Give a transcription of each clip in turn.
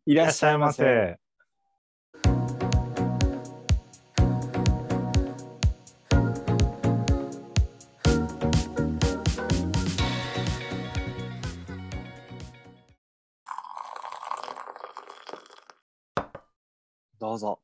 いらっいらっしゃいましゃいませ。 せ。 どうぞ。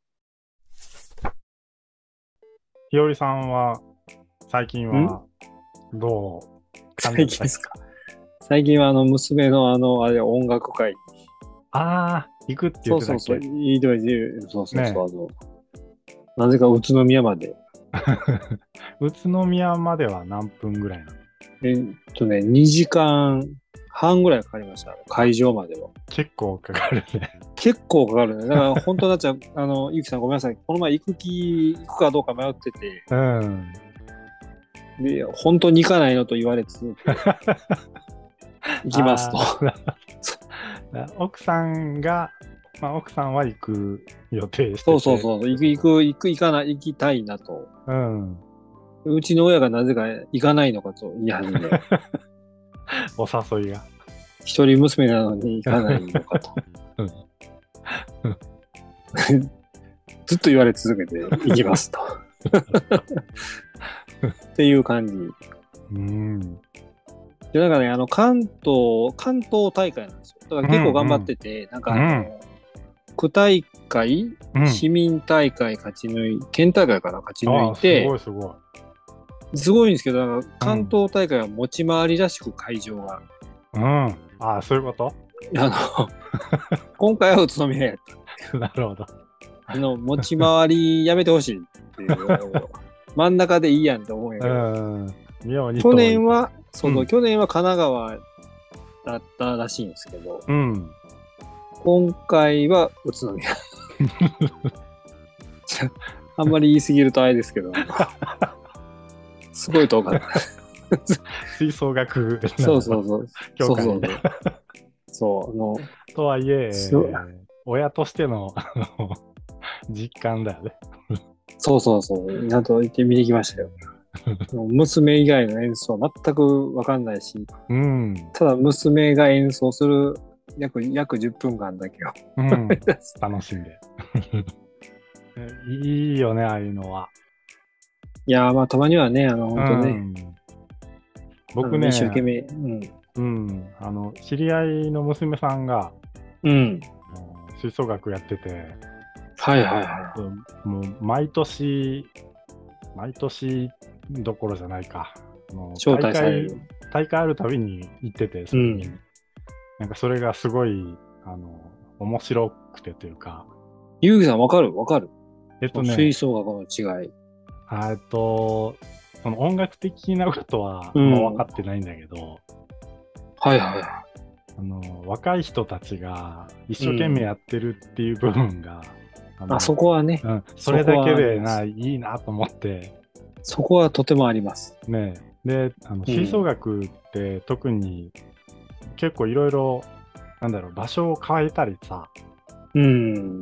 ひよりさんは最近はどう感じ最近ですか？最近は娘のあれ音楽会。 ああー、行くって言ってたっそうそうそう、 けいいといそうそうそねう、なぜか宇都宮まで。 え。宇都宮までは何分ぐらいなの？ 2時間半ぐらいかかりました。 あ、 会場までは。 結構かかるね。 結構かかるね。だから本当になっちゃう、ゆきさんごめんなさい。この前行くかどうか迷ってて、 うん。 で、本当に行かないのと言われ続けて、行きますと。 ああ、奥さんが、奥さんは行く予定してそうそうて。 そう、行かない、行きたいなと。 うん。 うちの親がなぜか行かないのかと言い始め、 お誘いが。 一人娘なのに行かないのかと。 うん。 ずっと言われ続けて行きますと。っていう感じ。 うん。 で、なんかね、関東大会なんですよ。だから結構頑張ってて、なんか区大会、 うん。 市民大会勝ち抜い、県大会から勝ち抜ああ、すいて、 ごいすごすごいんですけど、なんかい。 関東大会は持ち回りらしく会場が。 うん。ああ、そういうことあの、今回は宇都宮やった。 なるほど。 持ち回りやめてほしいっていう。真ん中でいいやんって思うんやうけど。 ん。妙に去遠い。 年は、 うん去年は神奈川だったらしいんですけど、 うん。 今回は宇都宮。あんまり言い過ぎるとあれですけど、すごい遠かった。 吹奏楽なそうのそうそう。 教会そうそうそう。そう、 とはいそえ、親としての実感だよね。 そうそうそう。ちゃんと行って見てきましたよ。娘以外の演奏は全くわかんないし、 うん。 ただ娘が演奏する約10分間だけを。 うん。楽しんで。いいよね、ああいうのは。 いやー、まあ、たまにはね、 う本当ね、 ん。僕一生懸ね、 命、うん。 うん。知り合いの娘さんが、 うん。 吹奏楽やってて、 はいはいはもう毎年どころじゃないか。 い。招待される。 大会あるたびに行ってて、それに。なんかそれがすごい、面白くてというか、 ゆうきさんわかる吹ね、 奏楽の違い。 その音楽的なことはあんま分かってないんだけど、 はいはいは若い人たちが一い。 生懸命やってるっていう部分が、 そこはね、 それだけでそいいなと思って、 こはとてもあります。 ね、で、吹奏楽って特に結構いろいろ、場所を変えたりさ、 うん。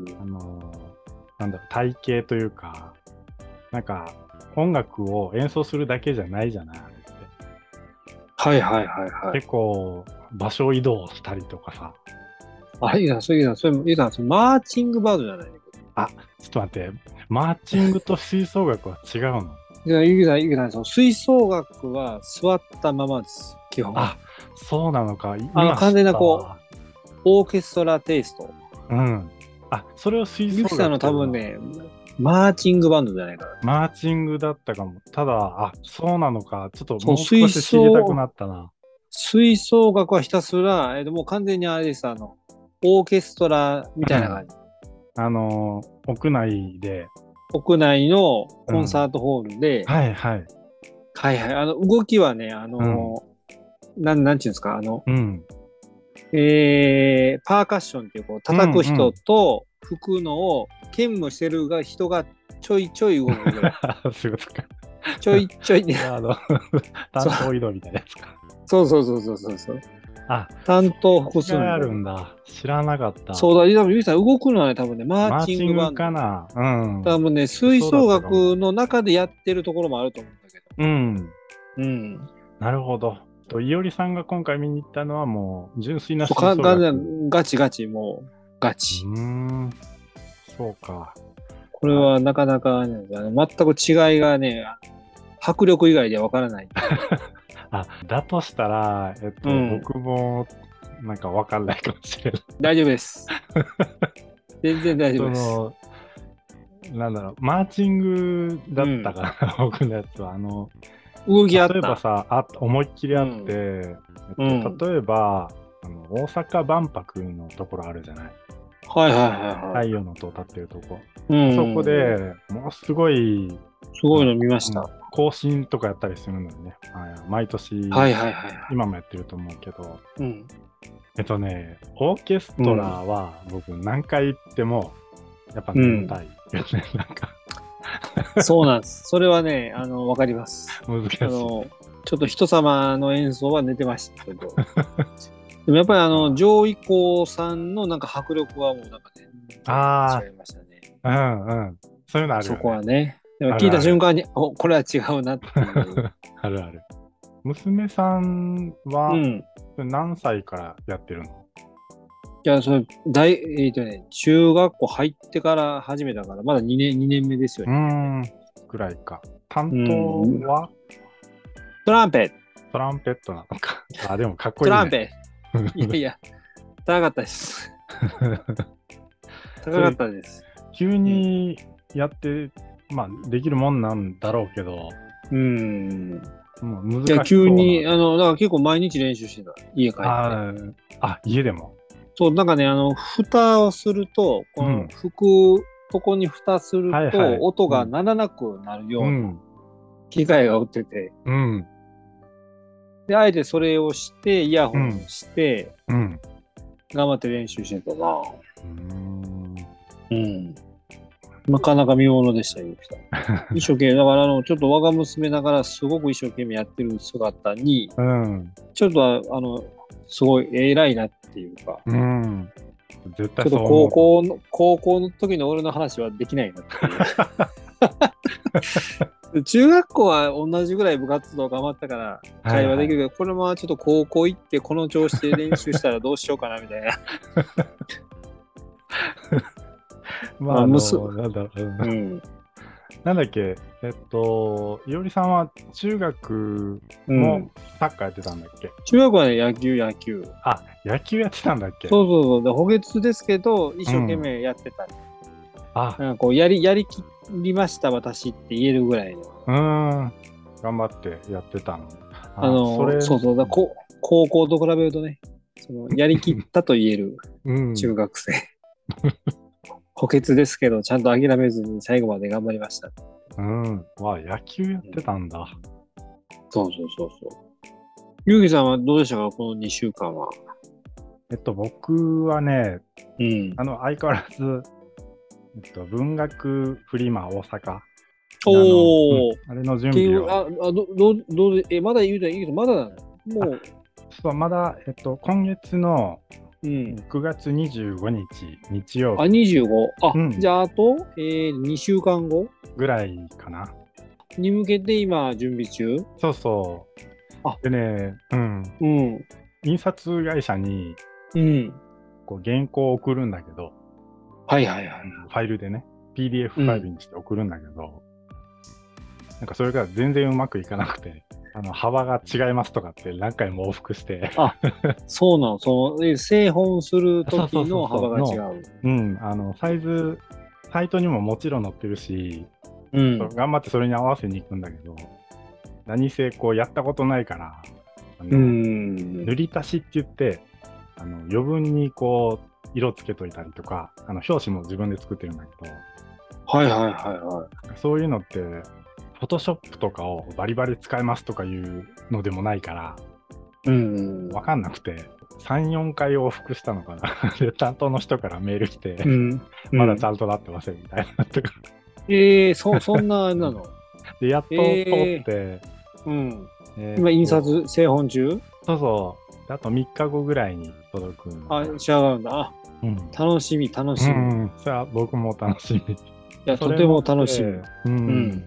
体型というか、なんか音楽を演奏するだけじゃないじゃない、あれって。 はいはいはいはい。 結構場所移動したりとかさ。 ゆうきさん、ゆうきさん、それマーチングバードじゃない？ あ、ちょっと待って、マーチングと吹奏楽は違うの？ ゆうきさん、その吹奏楽は座ったままです、基本。 あ、そうなのか。今知完全なったわ。 オーケストラテイスト。 うん。あ、それを吹奏ゆきさんの多楽というの？ 分ね、マーチングバンドじゃないかな。 マーチングだったかも。ただ、そうなのか。ちょっとそう、 もう少し知りたくなったな。 吹奏楽はひたすら、もう完全にあれです、オーケストラみたいな感じ。 屋内で。 屋内のコンサートホールで、 はいはい。 はいはい、動きはね、なんていうんですか、 うん。 パーカッションっていう、 うん叩く人うん。 と吹くのを兼務してる人がちょいちょい動くぐらい。 そういうことか。 ちょいちょいね。 担当移動みたいなやつか。 そうそうそうそうそうそう。 あ、 担当複数があみたいな。 るんだ。知らなかった。 そうだ、ゆいさん動くのはね、多分ね、マーマーチンチンググバンド。 かな。うん。 多分ね、吹そうだっ奏たかも。 楽の中でやってるところもあると思うんだけど。 うん。 うん。 なるほど。いおりさんが今回見に行ったのはもう純粋なそう、 吹奏楽。 ガチガチ、もう。 ガチ。 そうか。 これはなかなかね、全く違いがね、迫力以外ではわからない。 だとしたら、僕もなんかわかんないかもしれない。 大丈夫です。全然大丈夫です。 なんだろう、マーチングだったから、僕のやつは。 動きあった。 例えばさ、思いっきりあって、例えば、大阪万博のところあるじゃない。 はいはいはいはい。 太陽の塔立ってるとこ。あそこでものすごい、 すごいの見ました。 更新とかやったりするのよね。毎年、 はいはいはい。 今もやってると思うけど、オーケストラは僕何回行っても、やっぱ眠たいよね、なんか。 そうなんです。それはね、わかります。 難しい。 ちょっと人様の演奏は寝てましたけど。でもやっぱり上位校さんのなんか迫力はもうなんかね、違いましたね。 そういうのあるよね。 そこはね。でも聞いた瞬間に、これは違うなっていう。 あるある。娘さんは何歳からやってるの？ いや、それ、中学校入ってから始めたから、まだ2年目ですよね。 ぐらいか。担当はトランペットなのか。でもかっこいいね。 トランペット。いやいや、高かったです。高かったです。 急にやって、できるもんなんだろうけど、もう難しそうな。 急に、だから結構毎日練習してた。家帰って。 家でも。 そう、なんかね、蓋をすると、この吹くとこに蓋すると、音が鳴らなくなるような機械が売ってて、で、あえてそれをして、イヤホンして、頑張って練習してたな。なかなか見ものでしたよ。一生懸命、だからちょっと我が娘ながらすごく一生懸命やってる姿に、ちょっとすごい偉いなっていうか、 絶対ちょっと高校の時の俺の話はできないなっていう。中学校は同じぐらい部活動頑張ったから会話できるけど、これもちょっと高校行ってこの調子で練習したらどうしようかなみたいな。 なんだっけ、いおりさんは中学もサッカーやってたんだっけ？ 中学はね、野球。 野球やってたんだっけ？ そう。補欠ですけど、一生懸命やってた。なんかこうやりきりました、私って言えるぐらいの。 頑張ってやってたの。 そうだ、高校と比べるとね、やりきったと言える中学生。補欠ですけど、ちゃんと諦めずに最後まで頑張りました。 野球やってたんだ。 そう。ゆうきさんはどうでしたか、この2週間は。 僕はね、相変わらず、文学フリマ大阪。あれの準備を。 まだ言うとまだなの？もう。 そう、まだ、今月の9月25日、日曜日。 25。じゃあ、あと、2週間後ぐらいかな。 に向けて今、準備中？ そう。でね、印刷会社に、原稿を送るんだけど、ファイルでね、PDF ファイルにして送るんだけど、なんかそれが全然うまくいかなくて、幅が違いますとかって何回も往復して。 そうなの。製本する時の幅が違う。 サイズ、サイトにももちろん載ってるし、頑張ってそれに合わせに行くんだけど、何せこうやったことないから、塗り足しって言って、余分にこう、色つけといたりとか、表紙も自分で作ってるんだけど、そういうのって、フォトショップとかをバリバリ使えますとかいうのでもないから、わかんなくて、3、4回往復したのかな。で、担当の人からメール来て、まだちゃんとなってませんみたいなとか。 そんなあれなの？ で、やっと通って、 今、印刷、製本中？ そう。あと3日後ぐらいに届くの。 違うんだ。楽しみ。 さあ、僕も楽しみ。 いや、とても楽しみ。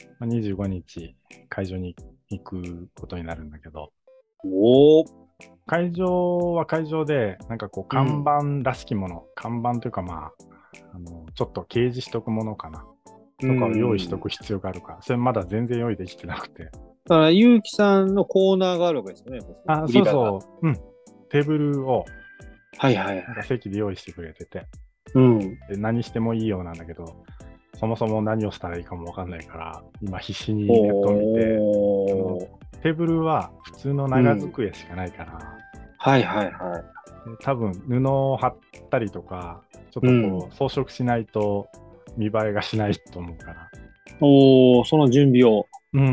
25日、会場に行くことになるんだけど。 会場は会場で、なんかこう、看板らしきもの、看板というかまあ、ちょっと掲示しとくものかな。とかを用意しとく必要があるか。それまだ全然用意できてなくて。 だから、ゆうきさんのコーナーがあるわけですよね。 あ、そうそう。うん。テーブルを、 はいはいはい。 なんか席で用意してくれてて。 うん。 で、何してもいいようなんだけど、そもそも何をしたらいいかもわかんないから、今必死にネットを見て、テーブルは普通の長机しかないから、 はいはいはい。 多分布を貼ったりとか、ちょっとこう装飾しないと見栄えがしないと思うから。 おー、その準備を。 うん。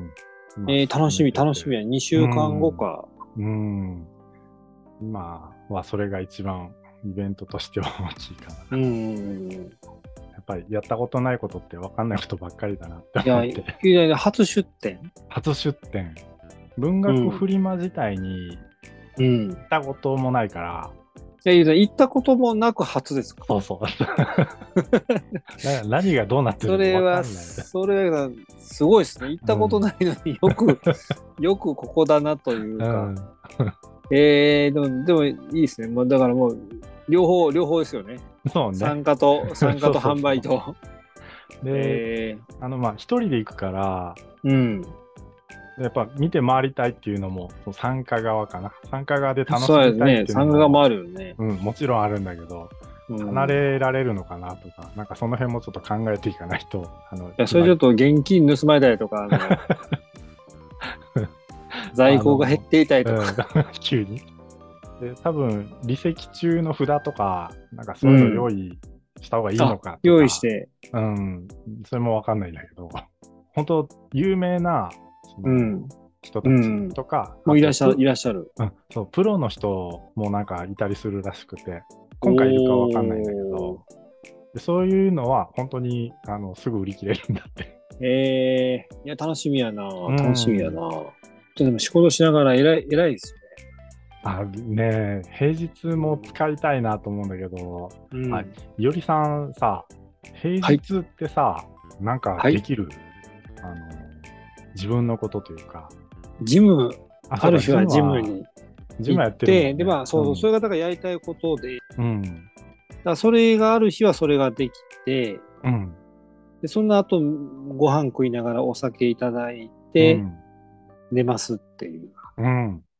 楽しみや。2週間後か。 今はそれが一番イベントとしては大きいかな。やっぱりやったことないことって分かんないことばっかりだなって思って。 いや初出店文学フリマ自体に行ったこともないから。 行ったこともなく初ですか？ そうそう。何がどうなってるか分かんない。 それはすごいですね。行ったことないのによくここだなというか。でもいいですね。だからもう両方ですよね。 そうね。 参加と販売と。 で、一人で行くから、やっぱ見て回りたいっていうのも参加側かな。参加側で楽しみたいっていうのも。そうですね。参加側もあるよね。もちろんあるんだけど、離れられるのかなとか、なんかその辺もちょっと考えていかないと。 それちょっと現金盗まれたりとか、在庫が減っていたりとか。 急に。で、多分、離席中の札とか、なんかそういうの用意した方がいいのかとか。 用意して。 それもわかんないんだけど、本当有名な、人たちとか、 もういらっしゃる。 そう、プロの人もなんかいたりするらしくて、今回いるかわかんないんだけど、そういうのは本当にすぐ売り切れるんだって。 いや、楽しみやな。でも仕事しながら偉いですね。平日も使いたいなと思うんだけど、いおりさんさ、平日ってさ、なんかできる、自分のことというか。 ジム、ある日はジムに行って、で、そういう方がやりたいことで、それがある日はそれができて、でその後ご飯食いながらお酒いただいて、寝ますっていう。